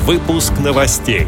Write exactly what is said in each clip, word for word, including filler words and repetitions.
Выпуск новостей.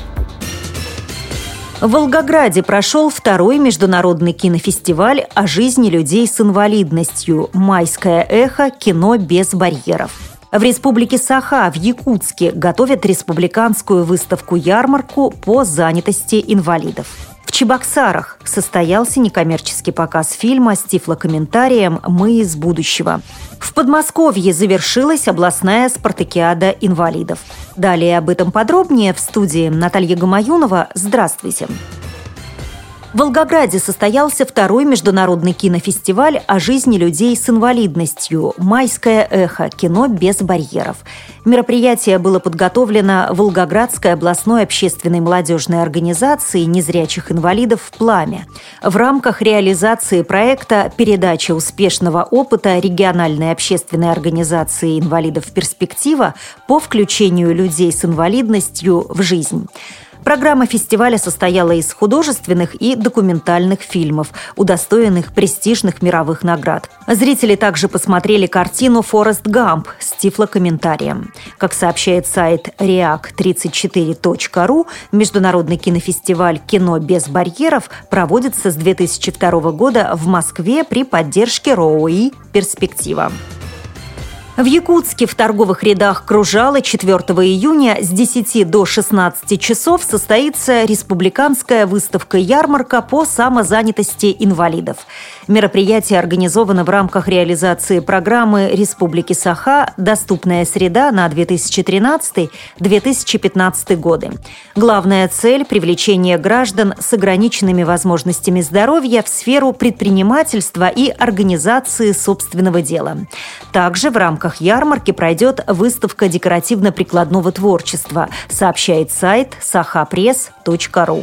В Волгограде прошел второй международный кинофестиваль о жизни людей с инвалидностью «Майское эхо. Кино без барьеров». В Республике Саха в Якутске готовят республиканскую выставку-ярмарку по занятости инвалидов. В Чебоксарах состоялся некоммерческий показ фильма с тифлокомментарием «Мы из будущего». В Подмосковье завершилась областная спартакиада инвалидов. Далее об этом подробнее в студии Наталья Гамаюнова. Здравствуйте! В Волгограде состоялся второй международный кинофестиваль о жизни людей с инвалидностью «Майское эхо. Кино без барьеров». Мероприятие было подготовлено Волгоградской областной общественной молодежной организацией незрячих инвалидов «Пламя» в рамках реализации проекта «Передача успешного опыта региональной общественной организации инвалидов «Перспектива» по включению людей с инвалидностью в жизнь». Программа фестиваля состояла из художественных и документальных фильмов, удостоенных престижных мировых наград. Зрители также посмотрели картину «Форест Гамп» с тифлокомментарием. Как сообщает сайт реак тридцать четыре точка ру, международный кинофестиваль «Кино без барьеров» проводится с две тысячи второго года в Москве при поддержке РОИ «Перспектива». В Якутске в торговых рядах «Кружало» четвёртого июня с десяти до шестнадцати часов состоится республиканская выставка-ярмарка по самозанятости инвалидов. Мероприятие организовано в рамках реализации программы Республики Саха «Доступная среда» на две тысячи тринадцатый — две тысячи пятнадцатый годы. Главная цель – привлечение граждан с ограниченными возможностями здоровья в сферу предпринимательства и организации собственного дела. Также в рамках ярмарки пройдет выставка декоративно-прикладного творчества, сообщает сайт сахапресс точка ру.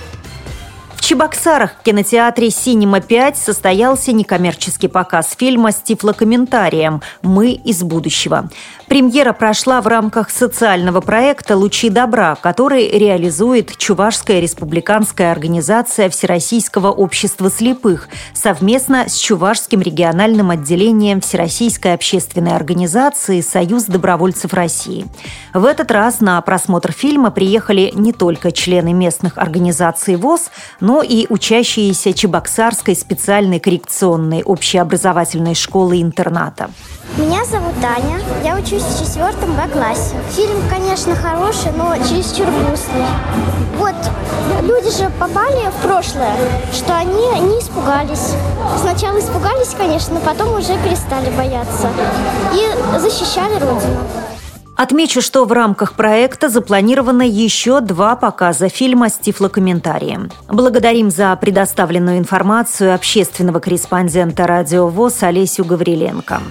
В Чебоксарах в кинотеатре «Синема пять» состоялся некоммерческий показ фильма с тифлокомментарием «Мы из будущего». Премьера прошла в рамках социального проекта «Лучи добра», который реализует Чувашская республиканская организация Всероссийского общества слепых совместно с Чувашским региональным отделением Всероссийской общественной организации «Союз добровольцев России». В этот раз на просмотр фильма приехали не только члены местных организаций ВОС, но и учащиеся Чебоксарской специальной коррекционной общеобразовательной школы-интерната. Меня зовут Таня, я учусь в четвертом Б классе. Фильм, конечно, хороший, но чересчур грустный. Вот, люди же попали в прошлое, что они не испугались. Сначала испугались, конечно, но потом уже перестали бояться и защищали Родину. Отмечу, что в рамках проекта запланировано еще два показа фильма с тифлокомментарием. Благодарим за предоставленную информацию общественного корреспондента Радио ВОС Олесю Гавриленко.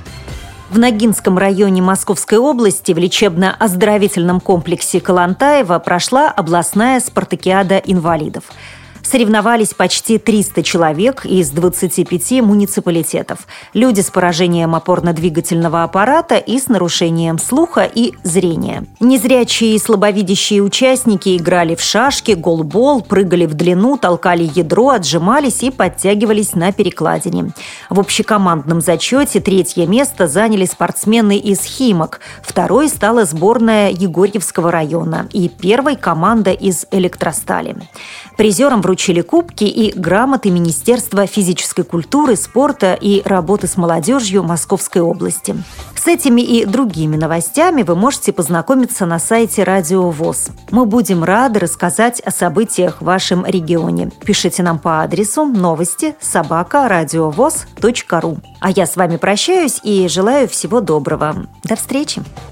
В Ногинском районе Московской области в лечебно-оздоровительном комплексе Коллантаево прошла областная спартакиада инвалидов. Соревновались почти триста человек из двадцати пяти муниципалитетов. Люди с поражением опорно-двигательного аппарата и с нарушением слуха и зрения. Незрячие и слабовидящие участники играли в шашки, голбол, прыгали в длину, толкали ядро, отжимались и подтягивались на перекладине. В общекомандном зачете третье место заняли спортсмены из Химок, второй стала сборная Егорьевского района и первой команда из Электростали. Призерам вручили кубки и грамоты Министерства физической культуры, спорта и работы с молодежью Московской области. С этими и другими новостями вы можете познакомиться на сайте Радио ВОС. Мы будем рады рассказать о событиях в вашем регионе. Пишите нам по адресу новости собака радиовос точка ру. А я с вами прощаюсь и желаю всего доброго. До встречи!